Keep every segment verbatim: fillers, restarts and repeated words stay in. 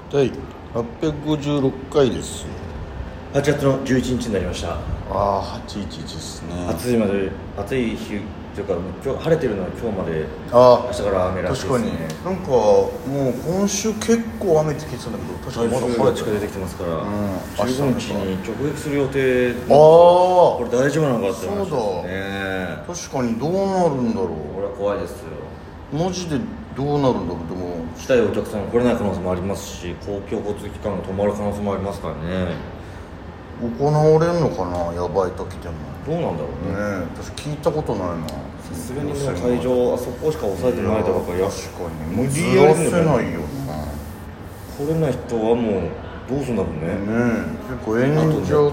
だいはっぴゃくごじゅうろっかいです。 はちがつのじゅういちにちになりました。 ああ、はちいちですね。 暑いまで暑い日というか、今日晴れてるのは今日まで、 あ明日から雨らしいですね。 確かになんかもう今週結構雨って聞いてたんだけど、確かにまだ晴れてる。 台風が近づいてきてますから、 うん、 じゅうごにちに直撃する予定。 ああ、 これ大丈夫なのかって話ですね。 確かにどうなるんだろう。 これは怖いですよ。 マジでどうなるんだろう。でも来たいお客さん来れない可能性もありますし、公共交通機関が止まる可能性もありますからね。 行われんのかな、やばい時でも。 どうなんだろうね。 ねえ、私聞いたことないな。 さすがにもう会場あそこしか抑えてないだろうから。 確かに無理やらせないよな。 来れない人はもうどうするんだろうね。 ねえ、結構演者とかも結構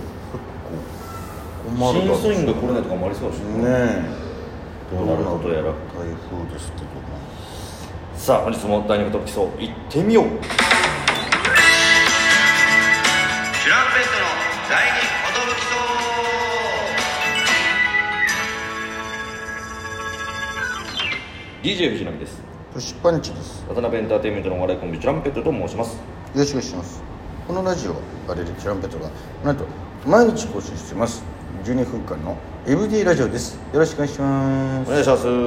困るだろうし。 審査員が来れないとかもありそうだしねえ、 どうなることやら。 台風ですけども。 さあ本日も第二部トップ基礎行ってみよう。チュランペットの第二部基礎。 ディージェー 藤波です。 プシパンチです。 渡辺エンターテインメントのお笑いコンビチュランペットと申します。よろしくお願いします。このラジオバレルチュランペットがなんと毎日更新しています。じゅうにふんかんの エムディー ラジオです。よろしくお願いします。 お願いします。まあ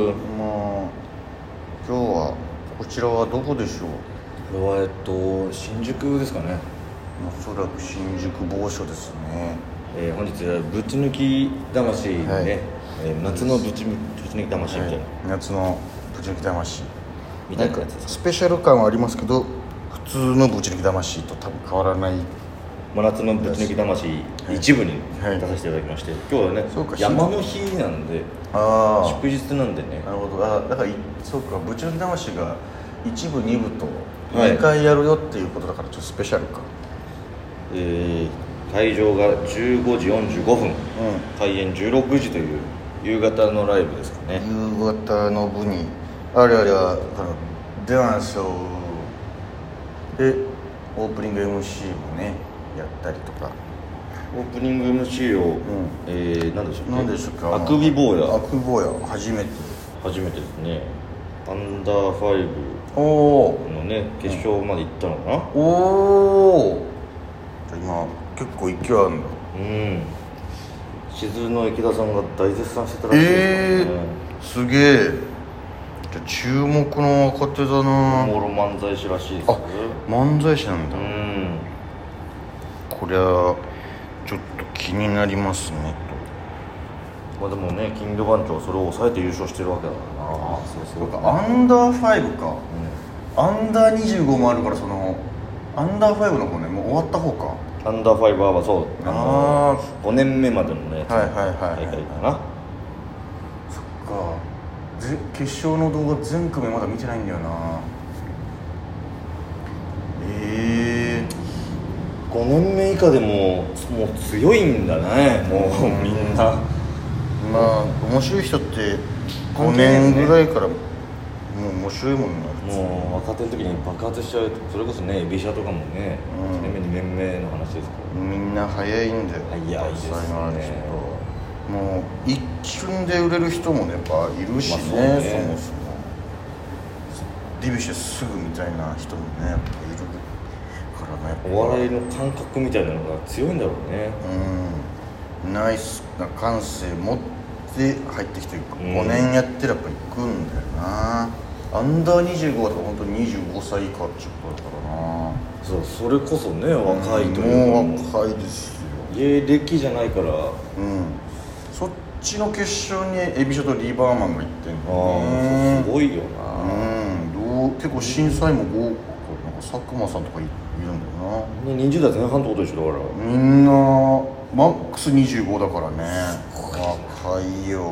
今日はこちらはどこでしょう。 これはえっと新宿ですかね。 おそらく新宿某所ですね。 えー、本日はぶち抜き魂ね、はい、えー、夏のぶちぶち抜き魂みたいな、はい、 夏のぶち抜き魂みたいなやつです。 スペシャル感はありますけど、普通のぶち抜き魂と多分変わらない。 真夏のぶち抜き魂一部に出させていただきまして、はい、今日はね山の日なんで、あ祝日なんでね。 なるほど。あだからそうか、ぶち抜き魂が一部二部とにかいやるよっていうことだからちょっとスペシャルか。 えー、会場がじゅうごじよんじゅうごふん、うん、開演じゅうろくじという夕方のライブですかね。 夕方の部にあれあれはダンスをでオープニング エムシー もねやったりとか。 オープニング エムシー を、うん、えー、何でしょうか、 何でしょうか。 あくび坊やあくび坊や初めて初めてですね。アンダーファイブのね決勝まで行ったのかな。 おお、じゃ今結構勢いあるんだ。 うん、しずるの池田さんが大絶賛してたらしいですね。 えー、すげえ。じゃあ注目の若手だな。 おもろ漫才師らしいです。 あ、漫才師なんだ。うん、こりゃちょっと気になりますねと。まあでもね、キング番長はそれを抑えて優勝してるわけだからな。ああ、そうそうか。 アンダーファイブか、うん、アンダーにじゅうごもあるから、そのアンダーファイブの方ね、もう終わった方か。 アンダーファイブはそう、あのごねんめまでのね、 はいはいはい、はい、 大会かな。 そっか。決勝の動画全組まだ見てないんだよな。ええー、ごねんめ以下でももう強いんだね、もうみんな。 まあ面白い人ってごねんぐらいからもう面白いもんな。 もう若手の時に爆発しちゃう。それこそね、エビシャとかもね、いちねんめにねんめの話ですから。 みんな早いんだよ。 早いですね。 もう一瞬で売れる人もねやっぱいるしね、まあ、そうね、そもそもデビューしてすぐみたいな人もねやっぱいるからね。 お笑いの感覚みたいなのが強いんだろうね。 うん、ナイスな感性持って入ってきてごねんやってやっぱ行くんだよな。アンダーにじゅうごとか本当ににじゅうごさい以下ってことだからな。 そう、それこそね、若いというか、もう若いですよ。 芸歴じゃないから。うん、 そっちの決勝にエビショとリーバーマンが行ってんのね。すごいよな。 うん、どう結構審査員も豪華、なんか佐久間さんとかいるんだよな。 にじゅうだいぜん半ってことでしょ。だからみんなマックスにじゅうごだからね。若いよ。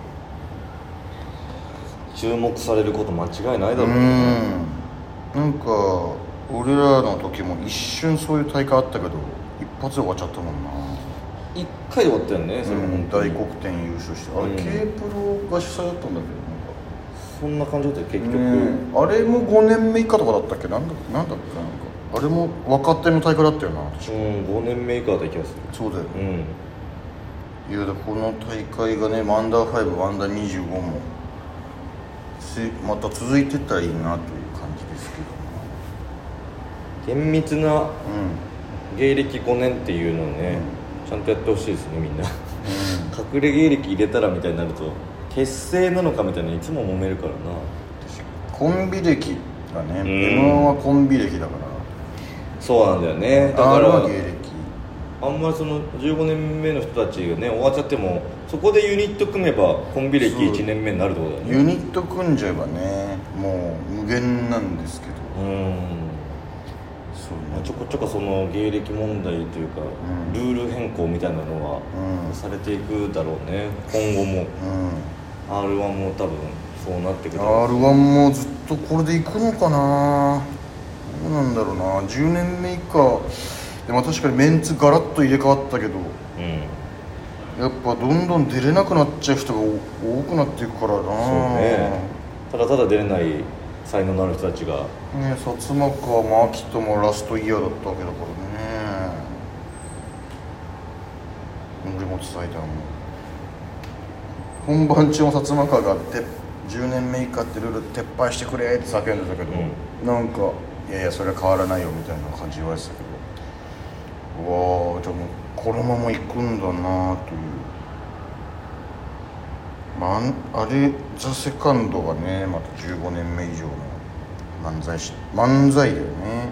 注目されること間違いないだろうね。 うん、なんか俺らの時も一瞬そういう大会あったけど一発で終わっちゃったもんな。 一回で終わったよね、それも、うん、 大黒天優勝して、あれ、うん、K プロが主催だったんだけど、なんかそんな感じだったよ結局、 ね、あれもごねんめ以下とかだったっけ。なんだなんだっけ、なんかあれも若手の大会だったよな。確かうんごねんめ以下だった気がする。 そうだよ、うん、いやだこの大会がね、アンダーファイブ、アンダーにじゅうごもまた続いてったらいいなという感じですけども。 厳密なうん芸歴ごねんっていうのをね、うん、ちゃんとやってほしいですねみんな、うん、隠れ芸歴入れたらみたいになると結成なのかみたいないつも揉めるからな。 コンビ歴がね、うん、エムワン はコンビ歴だからそうなんだよね。だからアールは芸歴あんまりそのじゅうごねんめの人たちがね終わっちゃってもそこでユニット組めばコンビ歴いちねんめになるってことだよね。 ユニット組んじゃえばねもう無限なんですけど、うんそうね、ちょこちょこその芸歴問題というか、うん、ルール変更みたいなのは、うん、されていくだろうね今後も、うん、アールワン も多分そうなってくる。 アールワン もずっとこれでいくのかな。どうなんだろうな。じゅうねんめ以下でも確かにメンツガラッと入れ替わったけど、うん、やっぱどんどん出れなくなっちゃう人が多くなっていくからな。そうね、ただただ出れない才能のある人たちがね、薩摩川も秋田もラストイヤーだったわけだからね。森本サイダーも本番中も薩摩川がてじゅうねんめ以下ってルール撤廃してくれって叫んでたけど、うん、なんかいやいやそれは変わらないよみたいな感じ言われてたけど、うわーじゃあもうこのまま行くんだなという。まあ、あれザ・セカンドがねまたじゅうごねんめ以上の漫才師漫才だよね。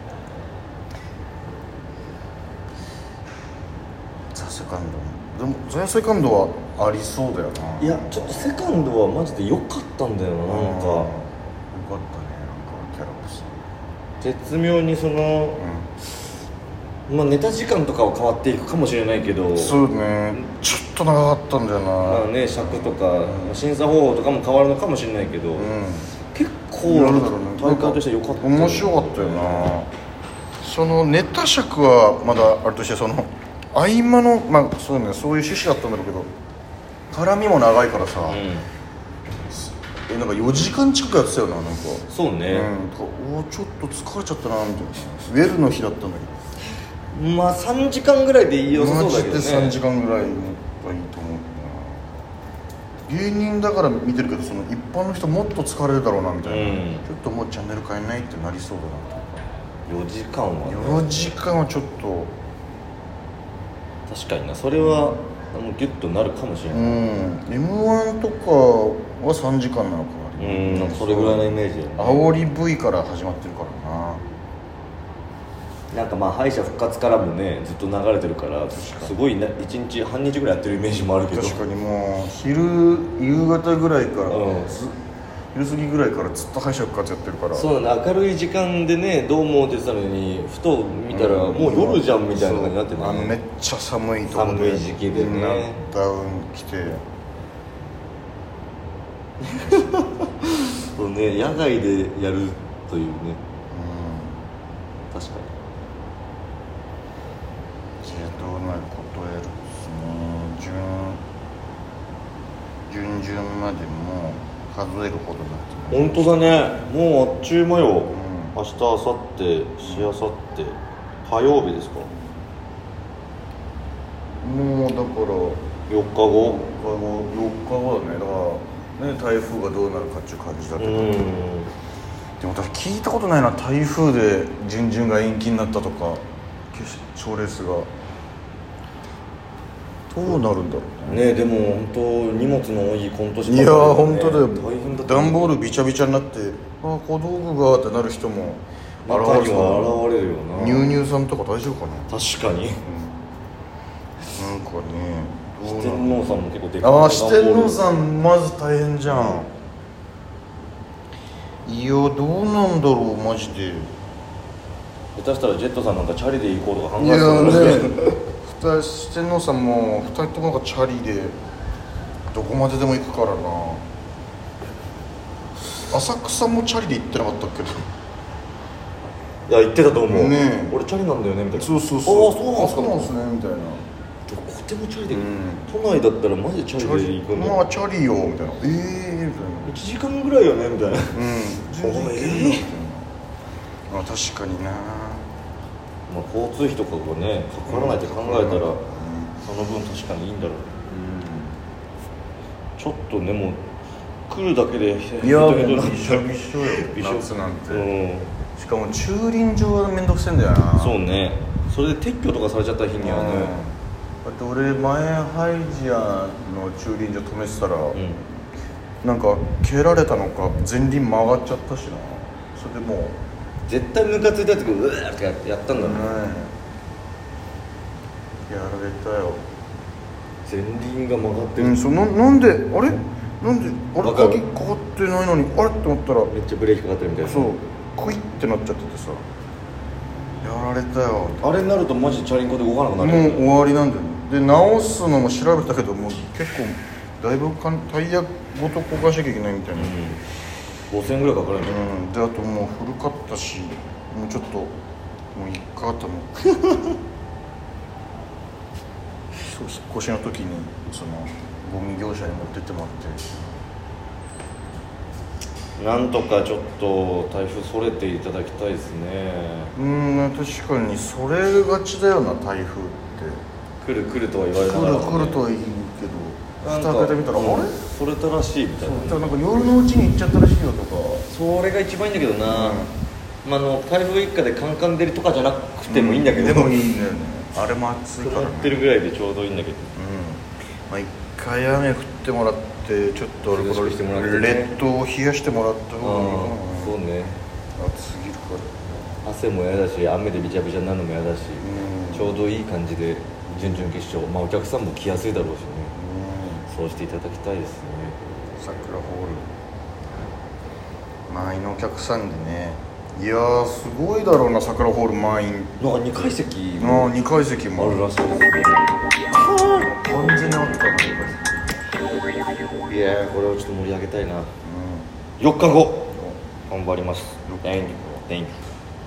ザ・セカンドでもザ・セカンドはありそうだよな。 いやちょっとセカンドはマジで良かったんだよな。なんか良かったね。なんかキャラクター絶妙にその、うん、まあネタ時間とかは変わっていくかもしれないけど、 そうねちょっと長かったんだよな。 まあね尺とか、うん、審査方法とかも変わるのかもしれないけど、うん、結構大会として良かった、 ね、面白かったよな。そのネタ尺はまだあれとしてその合間のまあそうねそういう趣旨だったんだろうけど絡みも長いからさ、うん、えなんかよじかん近くやってたよな。なんかそうね、 うん、おちょっと疲れちゃったなみたいな。ウェルの日だったんだけどまあさんじかんぐらいでいいよさそうだけどね。 マジでさんじかんぐらいがいいと思うな。芸人だから見てるけどその一般の人もっと疲れるだろうなみたいな、うん、ちょっともうチャンネル変えないってなりそうだなと。 よじかんは、ね、 よじかんはちょっと確かにな。それはもうギュッとなるかもしれない。うんエムワン とかはさんじかんなのかな。 うんなんかそれぐらいのイメージだよね。 煽り V から始まってるからな。 なんかまあ敗者復活からもねずっと流れてるからすごいねいちにち半日ぐらいやってるイメージもあるけど、 確かにもう昼夕方ぐらいから、うん、昼過ぎぐらいからずっと敗者復活やってるから。 そうだね明るい時間でねどうもって言ってたのにふと見たらもう夜じゃんみたいな感じになってる、ね、 あのめっちゃ寒いところで寒い時期でねダウン着てそうね野外でやるというね、うん、確かにどうなることやるですね。準準々までも数えるほどなって本当だね。もうあっちゅう間よ、うん、明日明後日しあさって火曜日ですか。 もうだからよっかごよっかごよっかごだね。だからね台風がどうなるかっていう感じだけど、うんでも私聞いたことないな台風で準々が延期になったとか賞レースがどうなるんだろうね。 ねでも本当荷物の多いコント師ばっかりだよね。いや本当だよ。大変だった。段ボールびちゃびちゃになってあ小道具がってなる人も現れるよ現れるよな。 ニューニューさんとか大丈夫かな。 確かに、 うん、なんかね四天王さんも結構でかい。 ああ四天王さんまず大変じゃん、うん、いやどうなんだろうマジで。 下手したらジェットさんなんかチャリで行こうとか考えてたからね。いやね四天王さんもふたりともなんかチャリでどこまででも行くからな。浅草もチャリで行ってなかったっけど。 いや行ってたと思う、 ね、 俺チャリなんだよねみたいな。 そうそうそう。 ああそうなんすか。 そうなんすねみたいな。 どこでもチャリで、うん、都内だったらマジでチャリで行くんだよ。 まあチャリよみたいな。ええー、みたいな。 いちじかんぐらいよねみたいな。うん全然行けるよみたいな。まあ確かにな。 まあ、交通費とかがねかからないって考えたら、うん、その分確かにいいんだろう、うん、ちょっとねもう来るだけでいやもうびしょびしょよ夏なんて、うん、ししかも駐輪場がめんどくせえんだよな。 そうね、それで撤去とかされちゃった日にはね、 だって俺前ハイジアの駐輪場止めてたら、 うん、 なんか蹴られたのか前輪曲がっちゃったしな。それでもう絶対ムカついたやつがうわーってやったんだろうね、 やられたよ。 前輪が曲がってる、 うん、そうななんであれなんであれわかる鍵かかってないのにあれって思ったらめっちゃブレーキかかってるみたいな。 そうクイッてなっちゃっててさ、やられたよ。 あれになるとマジチャリンコで動かなくなるもう終わりなんだよね。で直すのも調べたけどもう結構だいぶかんタイヤごと交換しなきゃいけないみたいな、うん、 ごせんえんぐらいかかるんじゃない、 うん、であともう古かったしもうちょっともういっかと思ってそう引っ越しの時にそのゴミ業者に持ってってもらって、 なんとかちょっと台風それていただきたいですね。 うん確かにそれがちだよな台風って。 来る来るとは言われながら、ね、 来る来るとは言うけど蓋開けてみたら、うん、あれそれたらしいみたいな、 そうなんか夜のうちに行っちゃったらしいよとか。 それが一番いいんだけどな、うんまあ、あの台風一過でカンカン照りとかじゃなくてもいいんだけど、 うん、でもいいんだよね。あれも暑いからね。 止まってるぐらいでちょうどいいんだけど、 うんまあ、一回雨降ってもらってちょっと俺このしてもらって、ね、 列島を冷やしてもらった方がいいかな。 そうね、 暑すぎるから汗も嫌だし雨でびちゃびちゃになるのも嫌だし、うん、ちょうどいい感じで準々決勝、まあ、お客さんも来やすいだろうしね、うん、そうしていただきたいですね。 桜ホール満員のお客さんでね。いやーすごいだろうな桜ホール満員。 なんかにかい席もにかい席もあるらしいですね。 完全にあったなにかい席。いやーこれをちょっと盛り上げたいな、うん、よっかご頑張ります。 Thank you. Thank you.